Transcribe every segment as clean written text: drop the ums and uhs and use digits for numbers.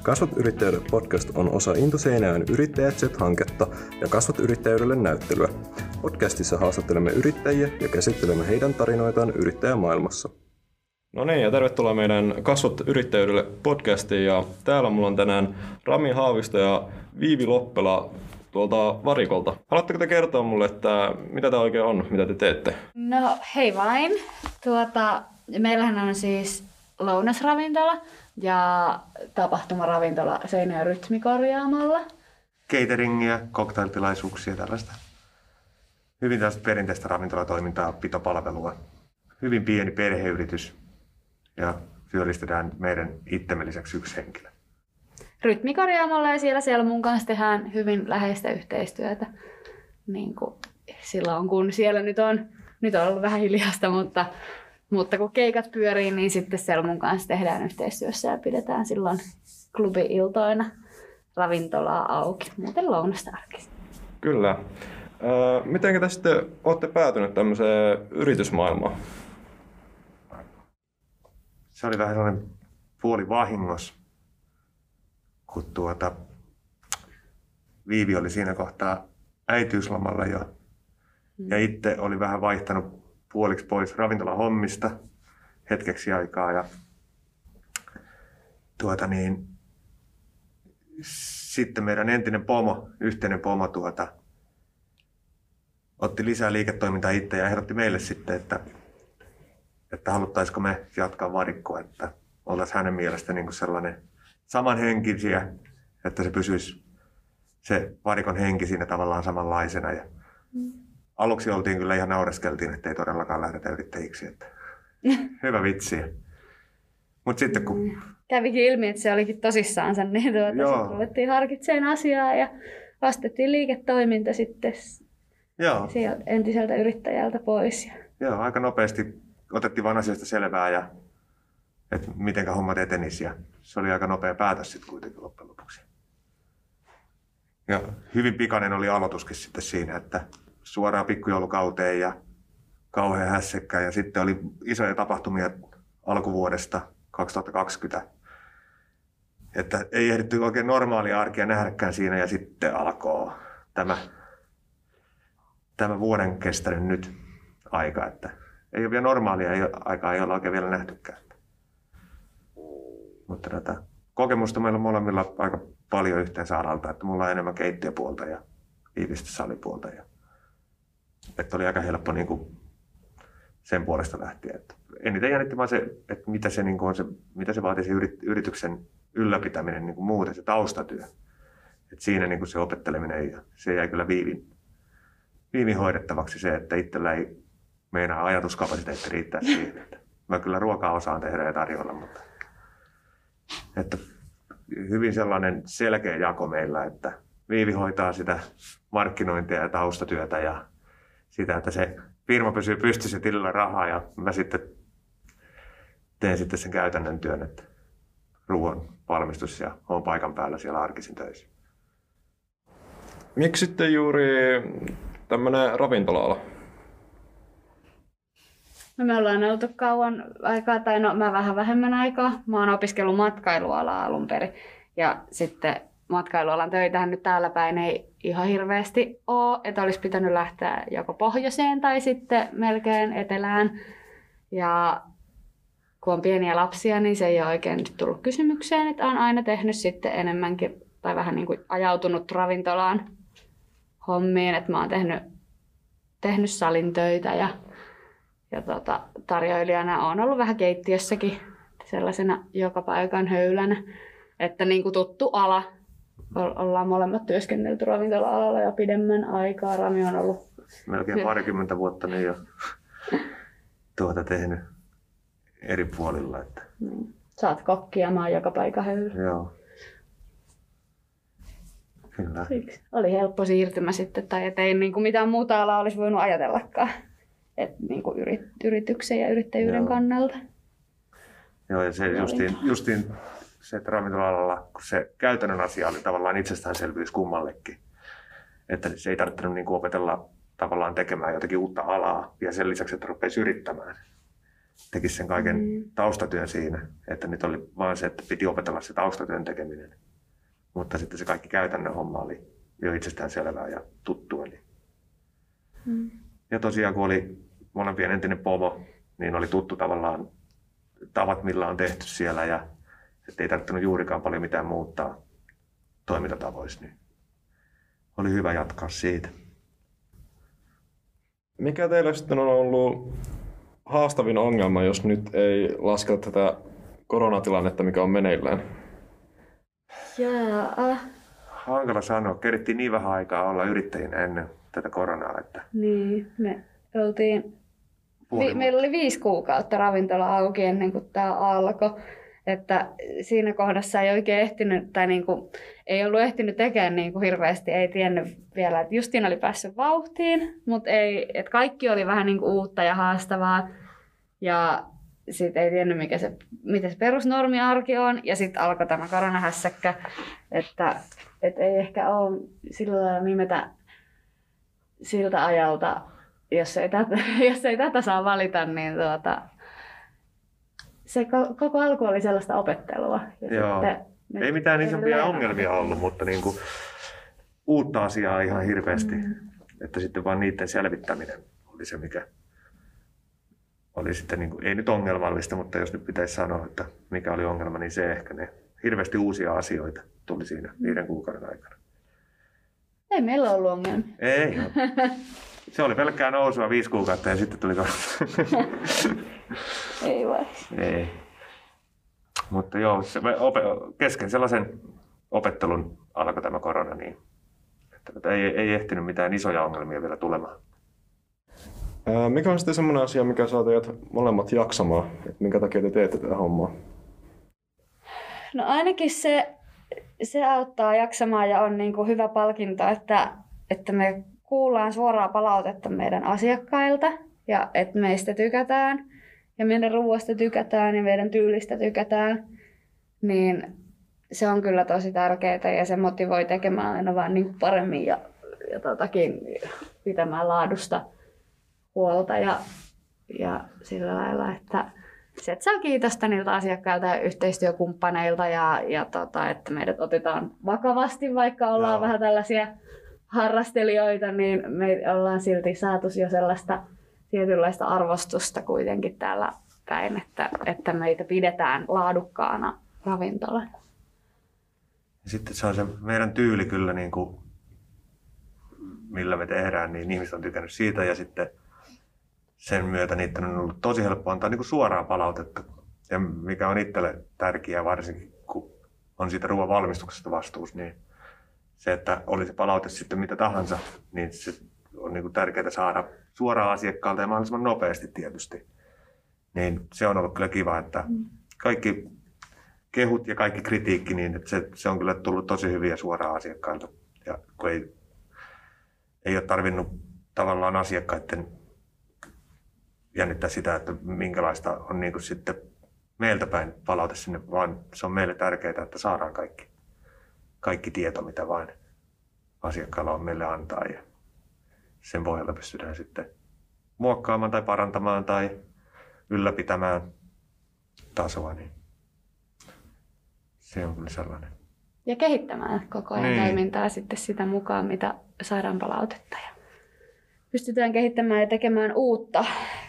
Kasvat yrittäjyydelle podcast on osa Into Seinäjoen Yrittäjät Z-hanketta ja Kasvat yrittäjyydelle näyttelyä. Podcastissa haastattelemme yrittäjiä ja käsittelemme heidän tarinoitaan yrittäjämaailmassa. No niin, ja tervetuloa meidän Kasvat yrittäjyydelle podcastiin. Ja täällä mulla on tänään Rami Haavisto ja Viivi Loppela tuolta Varikolta. Haluatteko te kertoa mulle, että mitä tämä oikein on, mitä te teette? No hei vain. Meillähän on siis lounasravintola ja tapahtumaravintola Seinäjoen Rytmikorjaamolla. Cateringia, cocktailtilaisuuksia, tällaista. Hyvin tällaista perinteistä ravintolatoimintaa, pitopalvelua. Hyvin pieni perheyritys ja työllistetään meidän itsemme lisäksi yksi henkilö. Rytmikorjaamolla ja siellä mun kanssa tehdään hyvin läheistä yhteistyötä. Niin kuin silloin kun siellä nyt on ollut vähän hiljasta, mutta kun keikat pyörii, niin sitten siellä mun kanssa tehdään yhteistyössä ja pidetään silloin klubi-iltoina ravintolaa auki, muuten lounasta arkista. Kyllä. Miten te sitten olette päätyneet tämmöiseen yritysmaailmaan? Se oli vähän sellainen puoli vahingossa, kun Viivi oli siinä kohtaa äitiyslomalla jo. Ja itse oli vähän vaihtanut puoliksi pois ravintolahommista hetkeksi aikaa. Ja sitten meidän entinen yhteinen pomo otti lisää liiketoimintaa itse ja ehdotti meille sitten, että haluttaisiko me jatkaa varikkoa, että oltaisiin hänen mielestä niin kuin sellainen samanhenkisiä, että se pysyisi se varikon henki siinä tavallaan samanlaisena. Ja aluksi oltiin kyllä ihan naureskeltiin, että ei todellakaan lähdetä yrittäjiksi. Että hyvä vitsi. Mutta sitten kun kävikin ilmi, että se olikin tosissaansa, niin sitten ruvettiin harkitsemaan asiaa ja vastettiin liiketoiminta sitten sieltä entiseltä yrittäjältä pois. Joo, aika nopeasti otettiin vain asioista selvää ja että mitenkä hommat etenisi. Ja se oli aika nopea päätös sitten kuitenkin loppujen lopuksi. Ja hyvin pikainen oli aloituskin sitten siinä, että suoraan pikkujoulukauteen ja kauhean hässekkä. Ja sitten oli isoja tapahtumia alkuvuodesta 2020. Että ei ehditty oikein normaalia arkea nähdäkään siinä ja sitten alkoi tämä vuoden kestänyt nyt aika. Että ei ole vielä normaalia aikaa, ei olla oikein vielä nähtykään. Mutta kokemusta meillä on molemmilla aika paljon yhteensä alalta, että mulla on enemmän keittiöpuolta ja Viivistä salipuolta. Että oli aika helppo niin kuin sen puolesta lähteä. Että eniten jännitti vaan se, että mitä se, niin kuin on se, mitä se vaatii se yrityksen ylläpitäminen niin kuin muuten, se taustatyö. Että siinä niin kuin se opetteleminen ja se jäi kyllä Viivin hoidettavaksi se, että itsellä ei meinaa ajatuskapasiteetti riittää siihen. Että mä kyllä ruokaa osaan tehdä ja tarjolla, mutta että hyvin sellainen selkeä jako meillä, että Viivi hoitaa sitä markkinointia ja taustatyötä ja sitä, että se firma pysyy pystyssä tilillä rahaa ja mä sitten teen sitten sen käytännön työn, että ruoan valmistus ja olen paikan päällä siellä arkisin töissä. Miksi sitten juuri tämmöinen ravintola-ala? No me ollaan oltu kauan aikaa, mä vähän vähemmän aikaa. Mä oon opiskellut matkailualaa alun perin. Ja sitten matkailualan töitähän nyt täällä päin ei ihan hirveästi ole. Että olisi pitänyt lähteä joko pohjoiseen tai sitten melkein etelään. Ja kun on pieniä lapsia, niin se ei ole oikein nyt tullut kysymykseen. Että on aina tehnyt sitten enemmänkin tai vähän niin kuin ajautunut ravintolaan hommiin. Että mä oon tehnyt salin töitä ja tarjoilijana olen ollut vähän keittiössäkin sellaisena joka paikan höylänä. Että niin kuin tuttu ala. Ollaan molemmat työskennelty ravintola-alalla jo pidemmän aikaa. Rami on ollut melkein parikymmentä vuotta niin jo tehnyt eri puolilla. Että Sä oot kokki ja mä oon joka paikan höylä. Joo. Kyllä. Siksi oli helppo siirtymä sitten, tai ettei niin kuin mitään muuta alaa olisi voinut ajatellakaan. Että niin kuin yrityksen ja yrittäjyyden kannalta. Joo, ja se justiin se, että ravintola-alalla, kun se käytännön asia oli tavallaan itsestäänselvyys kummallekin. Että se ei tarvittanut niin kuin opetella tavallaan tekemään jotakin uutta alaa ja sen lisäksi, että rupesi yrittämään. tekisi sen kaiken taustatyön siinä. Että nyt oli vain se, että piti opetella se taustatyön tekeminen. Mutta sitten se kaikki käytännön homma oli jo itsestään selvää ja tuttua. Ja tosiaan kun oli molempien entinen pomo, niin oli tuttu tavallaan tavat, millä on tehty siellä ja ei tarvittanut juurikaan paljon mitään muuttaa toimintatavoissa. Niin oli hyvä jatkaa siitä. Mikä teille sitten on ollut haastavin ongelma, jos nyt ei lasketa tätä koronatilannetta, mikä on meneillään? Jaa. Hankala sanoa. Kerittiin niin vähän aikaa olla yrittäjinä ennen tätä koronaa. Että Niin, meillä oli 5 kuukautta ravintola auki ennen kuin tämä alkoi. Että siinä kohdassa ei oikein ehtinyt, tai ei ollut ehtinyt tekemään hirveästi, ei tiennyt vielä, että justiin oli päässyt vauhtiin, mutta että kaikki oli vähän uutta ja haastavaa. Ja sitten ei tiennyt, mitä se perusnormiarki on, ja sitten alkoi tämä koronahässäkkä, että ei ehkä ole sillä lailla nimetä siltä ajalta, jos ei tätä saa valita, niin se koko alku oli sellaista opettelua. Ja joo. Ei mitään isompia ongelmia ollut, mutta uutta asiaa ihan hirveästi. Että sitten vaan niiden selvittäminen oli se, mikä oli sitten, ei nyt ongelmallista, mutta jos nyt pitäisi sanoa, että mikä oli ongelma, niin se ehkä ne hirveästi uusia asioita tuli siinä 5 kuukauden aikana. Ei meillä ollut ongelmia. Ei ole. Se oli pelkkää nousua 5 kuukautta ja sitten tuli Ei vai? Ei. Mutta joo, kesken sellaisen opettelun alkoi tämä korona, niin että ei ehtinyt mitään isoja ongelmia vielä tulemaan. Mikä on sitten semmoinen asia, mikä saa teidät molemmat jaksamaan? Että minkä takia te teette tätä hommaa? No ainakin se auttaa jaksamaan ja on hyvä palkinto, että me kuullaan suoraa palautetta meidän asiakkailta ja että meistä tykätään ja meidän ruoasta tykätään ja meidän tyylistä tykätään. Niin se on kyllä tosi tärkeää ja se motivoi tekemään aina vaan paremmin ja pitämään laadusta huolta ja sillä lailla, että saa kiitosta niiltä asiakkailta ja yhteistyökumppaneilta ja että meidät otetaan vakavasti, vaikka ollaan vähän tällaisia harrastelijoita, niin me ollaan silti saatu jo sellaista tietynlaista arvostusta kuitenkin täällä päin, että meitä pidetään laadukkaana ravintolana. Sitten se on se meidän tyyli kyllä, millä me tehdään, niin ihmiset on tykännyt siitä ja sitten sen myötä niiden on ollut tosi helppo antaa suoraa palautetta. Ja mikä on itselle tärkeää, varsinkin kun on siitä ruoan valmistuksesta vastuus, niin se, että oli se palaute sitten mitä tahansa, niin se on tärkeää saada suoraan asiakkaalta ja mahdollisimman nopeasti tietysti. Niin se on ollut kyllä kiva, että kaikki kehut ja kaikki kritiikki, niin että se on kyllä tullut tosi hyviä suoraan asiakkailta. Ja kun ei ole tarvinnut tavallaan asiakkaiden jännittää sitä, että minkälaista on sitten meiltä päin palaute sinne, vaan se on meille tärkeää, että saadaan kaikki tieto, mitä vain asiakkaalla on meille antaa. Ja sen pohjalta pystytään sitten muokkaamaan tai parantamaan tai ylläpitämään tasoa. Niin se on kyllä sellainen. Ja kehittämään koko ajan toimintaa sitten sitä mukaan, mitä saadaan palautetta. Ja pystytään kehittämään ja tekemään uutta.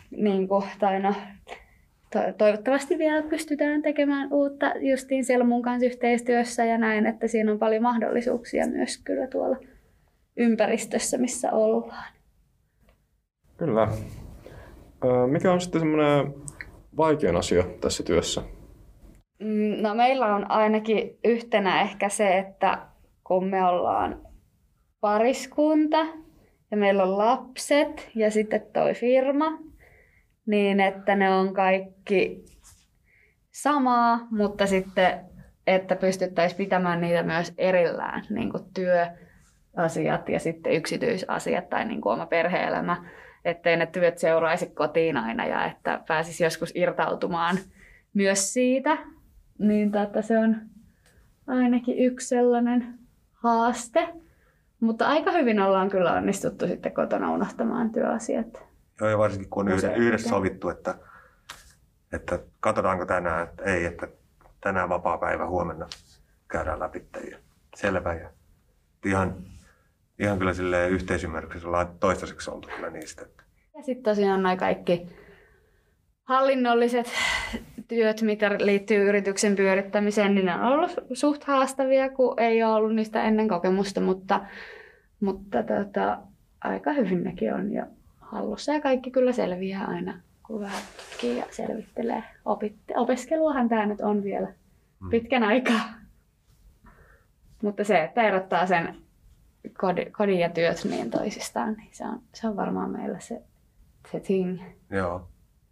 Toivottavasti vielä pystytään tekemään uutta justiin siellä mun kanssa yhteistyössä ja näin, että siinä on paljon mahdollisuuksia myös kyllä tuolla ympäristössä, missä ollaan. Kyllä. Mikä on sitten semmoinen vaikein asia tässä työssä? No meillä on ainakin yhtenä ehkä se, että kun me ollaan pariskunta ja meillä on lapset ja sitten toi firma, niin että ne on kaikki samaa, mutta sitten, että pystyttäisiin pitämään niitä myös erillään, niin kuin työasiat ja sitten yksityisasiat tai niin kuin oma perhe-elämä, ettei ne työt seuraisi kotiin aina ja että pääsisi joskus irtautumaan myös siitä. Niin se on ainakin yksi sellainen haaste, mutta aika hyvin ollaan kyllä onnistuttu sitten kotona unohtamaan työasiat. Joo, ja varsinkin kun on yhdessä sovittu, että että katsotaanko tänään, että ei, että tänään vapaa päivä, huomenna käydään läpi. Selvä. Ja ihan kyllä silleen yhteisymmärryksessä ollaan toistaiseksi oltu kyllä niistä. Ja sitten tosiaan nämä kaikki hallinnolliset työt, mitä liittyy yrityksen pyörittämiseen, niin ne on ollut suht haastavia, kun ei ole ollut niistä ennen kokemusta, mutta aika hyvin nekin on jo hallussa ja kaikki kyllä selviää aina, kun vähän tutkii ja selvittelee. Opiskeluahan tämä nyt on vielä pitkän aikaa. Mutta se, että erottaa sen kodin ja työt niin toisistaan, niin se on varmaan meillä se thing. Joo.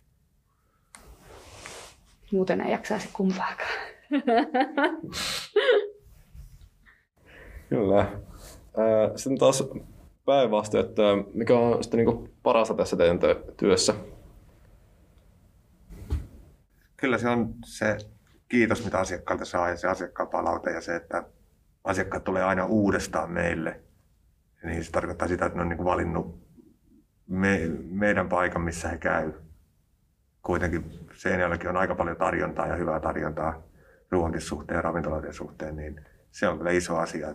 Muuten ei jaksaisi kumpaakaan. Kyllä. Sitten taas päinvastoin, että mikä on sitten niin parasta tässä teidän työssä? Kyllä se on se kiitos, mitä asiakkaalta saa ja se asiakkaan palaute ja se, että asiakkaat tulee aina uudestaan meille. Niin se tarkoittaa sitä, että ne on niin kuin valinnut meidän paikan, missä he käy. Kuitenkin Seinäjoellakin on aika paljon tarjontaa ja hyvää tarjontaa ruoankin suhteen ja ravintoloiden suhteen, niin se on kyllä iso asia,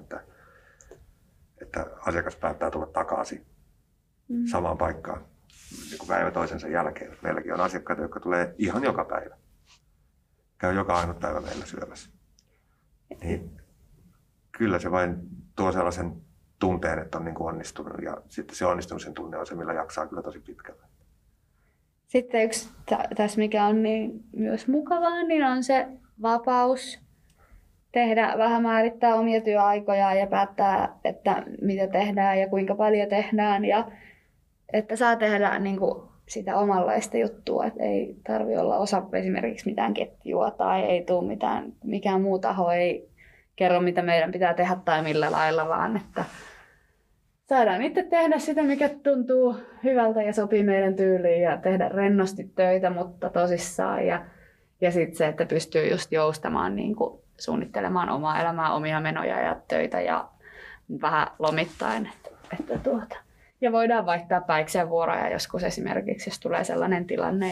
että asiakas päättää tulla takaisin samaan paikkaan niin kuin päivä toisensa jälkeen. Meilläkin on asiakkaita, jotka tulee ihan joka päivä. Käy joka ainut päivä meillä syömässä. Niin kyllä se vain tuo sellaisen tunteen, että on niin kuin onnistunut ja sitten se onnistumisen tunne on se, millä jaksaa kyllä tosi pitkälle. Sitten yksi tässä, mikä on niin myös mukavaa, niin on se vapaus tehdä, vähän määrittää omia työaikoja ja päättää, että mitä tehdään ja kuinka paljon tehdään. Ja että saa tehdä niin kuin sitä omanlaista juttua, että ei tarvitse olla osa esimerkiksi mitään ketjua tai ei tule mikään muu taho ei kerro, mitä meidän pitää tehdä tai millä lailla, vaan että saadaan itse tehdä sitä, mikä tuntuu hyvältä ja sopii meidän tyyliin ja tehdä rennosti töitä, mutta tosissaan. Ja sitten se, että pystyy just joustamaan, niin kuin suunnittelemaan omaa elämää, omia menoja ja töitä ja vähän lomittaen. Ja voidaan vaihtaa päikseen vuoroja joskus esimerkiksi, jos tulee sellainen tilanne.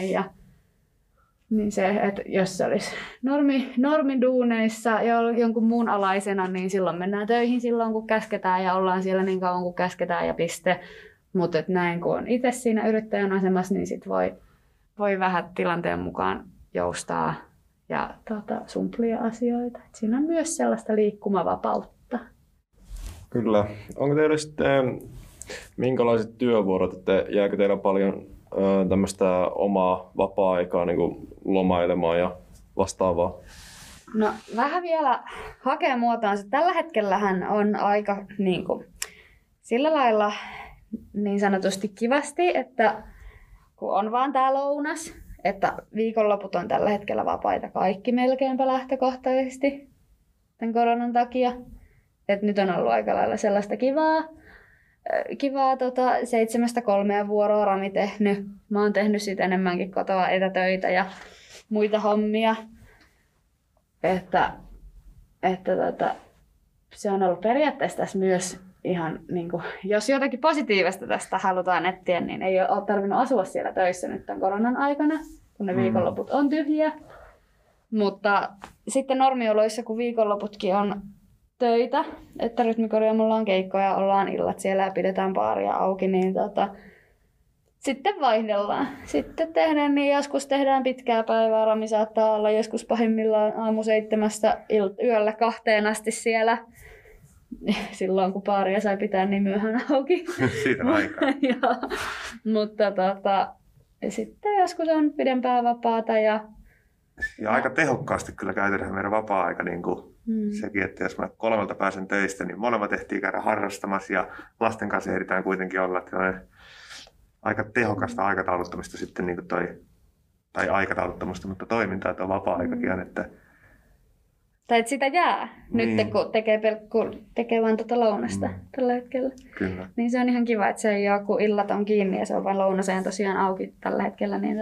Niin se, että jos se olisi normiduuneissa jonkun muun alaisena, niin silloin mennään töihin silloin, kun käsketään ja ollaan siellä niin kauan, kun käsketään ja piste. Mutta näin, kun on itse siinä yrittäjän asemassa, niin sit voi vähän tilanteen mukaan joustaa ja sumplia asioita. Et siinä on myös sellaista liikkumavapautta. Kyllä. Onko teillä sitten minkälaiset työvuorot, että jääkö teillä paljon tämmöistä omaa vapaa-aikaa niin kuin lomailemaan ja vastaavaa? No vähän vielä hakee muotoansa. Tällä hetkellähän on aika niin kuin, sillä lailla niin sanotusti kivasti, että kun on vaan tää lounas, että viikonloput on tällä hetkellä vapaita kaikki melkeinpä lähtökohtaisesti tämän koronan takia. Et nyt on ollut aika lailla sellaista kivaa 7-3 vuoroa Rami tehnyt. Mä oon tehnyt siitä enemmänkin kotoa etätöitä ja muita hommia. Että se on ollut periaatteessa tässä myös ihan, niin kuin, jos jotakin positiivista tästä halutaan etsiä, niin ei ole tarvinnut asua siellä töissä nyt tämän koronan aikana, kun ne viikonloput on tyhjiä. Mutta sitten normioloissa, kun viikonloputkin on töitä, että rytmikorjaamolla on keikkoja, ollaan illat siellä ja pidetään baaria auki, niin sitten vaihdellaan. Sitten tehdään, niin joskus tehdään pitkää päivää. Rami saattaa olla joskus pahimmillaan aamu 7 yöllä 2 asti siellä. Silloin kun baaria sai pitää niin myöhään auki. Siitä aikaa. Mutta sitten joskus on pidempää vapaata. Ja aika tehokkaasti kyllä käytetään meidän vapaa-aika. Niin kuin sekin, että jos mä 3 pääsen töistä, niin molemmat ehtii käydä harrastamassa ja lasten kanssa ehditään kuitenkin olla. Aika tehokasta aikatauluttamista sitten niin kuin tai aikatauluttamista, mutta toimintaa tuo vapaa-aikakin, että tai että sitä jää niin. Nyt, kun tekee vain lounasta tällä hetkellä. Kyllä. Niin se on ihan kiva, että se ei ole, kun illat on kiinni ja se on vain lounaseen tosiaan auki tällä hetkellä. Niin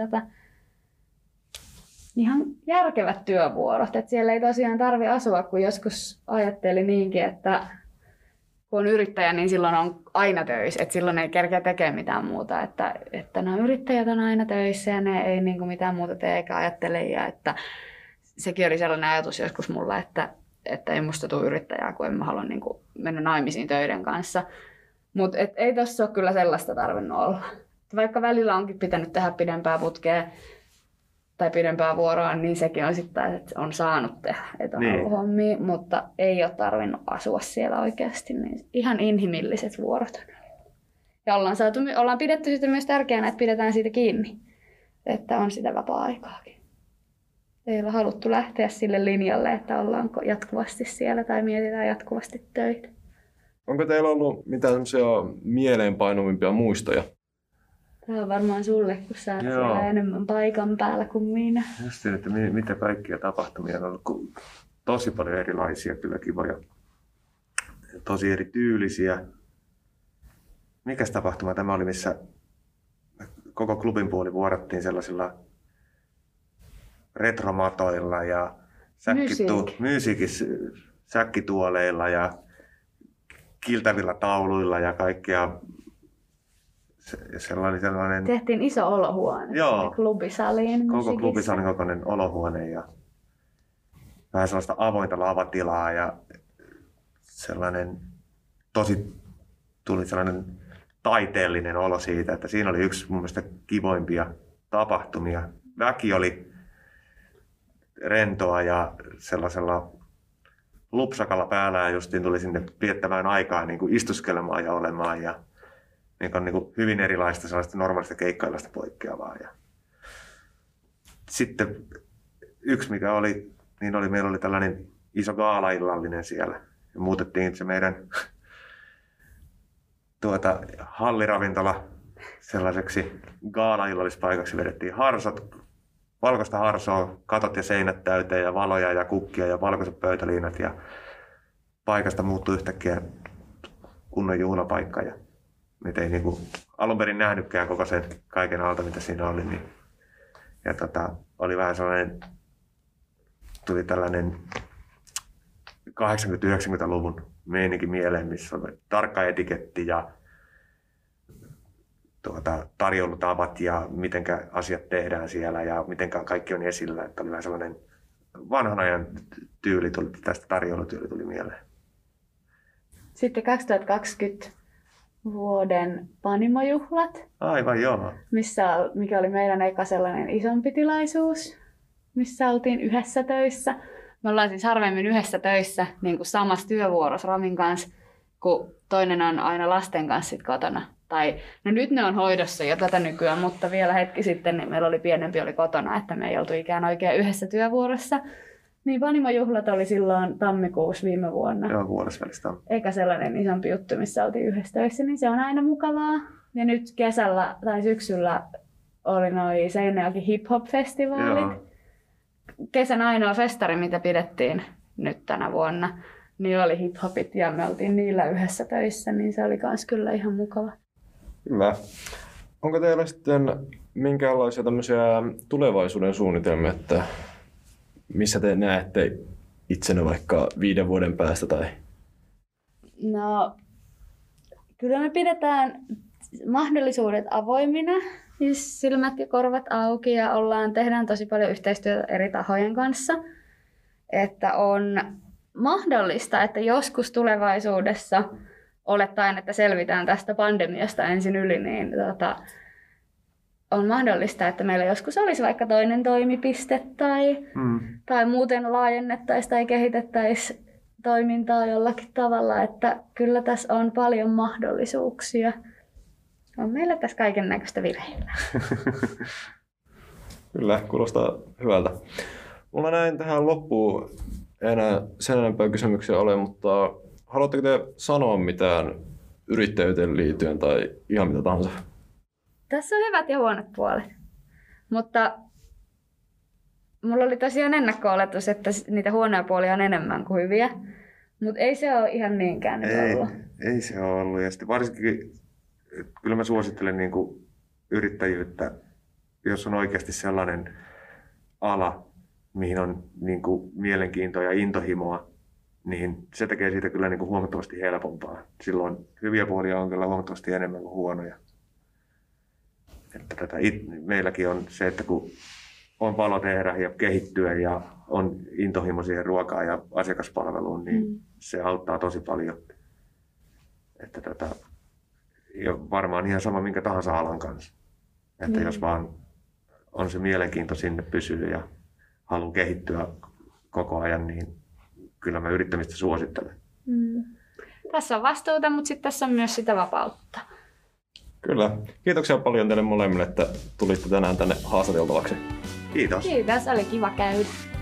ihan järkevät työvuorot. Että siellä ei tosiaan tarvitse asua, kun joskus ajatteli niinkin, että kun on yrittäjä, niin silloin on aina töissä. Et silloin ei kerkeä tekemään mitään muuta. Että nämä yrittäjät on aina töissä ja ne ei niin kuin mitään muuta tee eikä ajattele. Ja että sekin oli sellainen ajatus joskus mulla, että ei musta tule yrittäjää, kun en mä halua niin kuin mennä naimisiin töiden kanssa. Mutta ei tossa ole kyllä sellaista tarvinnut olla. Vaikka välillä onkin pitänyt tehdä pidempää putkea tai pidempää vuoroa, niin sekin on sitten, että on saanut tehdä, että on ollut hommia, mutta ei ole tarvinnut asua siellä oikeasti. Niin ihan inhimilliset vuorot. Ja ollaan pidetty sitä myös tärkeänä, että pidetään siitä kiinni, että on sitä vapaa-aikaakin. Ei ole haluttu lähteä sille linjalle, että ollaanko jatkuvasti siellä tai mietitään jatkuvasti töitä. Onko teillä ollut mitään mieleenpainuvimpia muistoja? Tämä on varmaan sulle, kun sä oot siellä enemmän paikan päällä kuin minä. Just että mitä kaikkia tapahtumia on ollut. Tosi paljon erilaisia, kyllä kivoja. Tosi erityylisiä. Mikäs tapahtuma tämä oli, missä koko klubin puoli vuorattiin sellaisilla retromatoilla ja säkkituoleilla ja kiltävillä tauluilla ja kaikkea. Sellainen... Tehtiin iso olohuone klubisaliin. Koko klubisalin kokoinen olohuone ja vähän sellaista avointa lavatilaa ja tuli sellainen taiteellinen olo siitä, että siinä oli yksi mun mielestä kivoimpia tapahtumia. Väki oli rentoa ja sellaisella lupsakalla päällä ja justiin tuli sinne viettämään aikaa niin kuin istuskelemaan ja olemaan ja niin kuin hyvin erilaista sellaista normaalista keikkailasta poikkeavaa. Ja sitten yksi mikä oli, meillä oli tällainen iso gaalaillallinen siellä ja muutettiin se meidän halliravintola sellaiseksi gaalaillallispaikaksi, vedettiin valkoista harsoa, katot ja seinät täyteen ja valoja ja kukkia ja valkoiset pöytäliinat ja paikasta muuttui yhtäkkiä kunnon juhlapaikka. Ja mitä ei niinku alun perin nähnytkään koko sen kaiken alta, mitä siinä oli. Niin. Ja oli vähän sellainen, tuli tällainen 80-90-luvun meininki mieleen, missä oli tarkka etiketti ja tarjoulutavat ja miten asiat tehdään siellä ja miten kaikki on esillä. Että oli vähän sellainen vanhan ajan tyyli, tästä tarjoulutyyli tuli mieleen. Sitten 2020 vuoden panimojuhlat. Aivan joo. Mikä oli meidän eka sellainen isompi tilaisuus, missä oltiin yhdessä töissä. Me ollaan siis harvemmin yhdessä töissä niin kuin samassa työvuorossa Ramin kanssa, kun toinen on aina lasten kanssa sit kotona. No nyt ne on hoidossa jo tätä nykyään, mutta vielä hetki sitten niin meillä oli pienempi oli kotona, että me ei oltu ikään oikein yhdessä työvuorossa. Niin panimojuhlat oli silloin tammikuussa viime vuonna. Joo, vuodesvälistä. Eikä sellainen isompi juttu, missä oltiin yhdessä töissä, niin se on aina mukavaa. Ja nyt kesällä tai syksyllä oli noi Seinäjoki hip-hop-festivaalit. Joo. Kesän ainoa festari, mitä pidettiin nyt tänä vuonna, niin oli hip-hopit ja me oltiin niillä yhdessä töissä, niin se oli kans kyllä ihan mukava. Kyllä. Onko teillä sitten minkäänlaisia tämmöisiä tulevaisuuden suunnitelmia, että missä te näette itsenne vaikka 5 vuoden päästä? Tai? No, kyllä me pidetään mahdollisuudet avoimina, siis silmät ja korvat auki ja tehdään tosi paljon yhteistyötä eri tahojen kanssa. Että on mahdollista, että joskus tulevaisuudessa olettaen, että selvitään tästä pandemiasta ensin yli, niin on mahdollista, että meillä joskus olisi vaikka toinen toimipiste tai muuten laajennettaisiin tai kehitettäisiin toimintaa jollakin tavalla, että kyllä tässä on paljon mahdollisuuksia. On meillä tässä kaiken näköistä vireillä. Kyllä, kuulostaa hyvältä. Mulla näin tähän loppuun ei enää sen enempää kysymyksiä ole, mutta haluatteko te sanoa mitään yrittäjyyteen liittyen tai ihan mitä tahansa? Tässä on hyvät ja huonot puolet, mutta mulla oli tosiaan ennakko-oletus, että niitä huonoja puolia on enemmän kuin hyviä, mutta ei se ole ihan niinkään ollut. Ei se ole ollut ja sitten varsinkin kyllä mä suosittelen niin kuin yrittäjyyttä, jos on oikeasti sellainen ala, mihin on niin kuin mielenkiintoa ja intohimoa, niin se tekee siitä kyllä niin kuin huomattavasti helpompaa. Silloin hyviä puolia on kyllä huomattavasti enemmän kuin huonoja. Että meilläkin on se, että kun on palo tehdä ja kehittyä ja on intohimo siihen ruokaan ja asiakaspalveluun, niin se auttaa tosi paljon. Että ja varmaan ihan sama minkä tahansa alan kanssa. Että jos vaan on se mielenkiinto sinne pysyy ja haluaa kehittyä koko ajan, niin kyllä mä yrittämistä suosittelen. Tässä on vastuuta, mutta sitten tässä on myös sitä vapautta. Kyllä. Kiitoksia paljon teille molemmille, että tulitte tänään tänne haastateltavaksi. Kiitos. Kiitos, oli kiva käydä.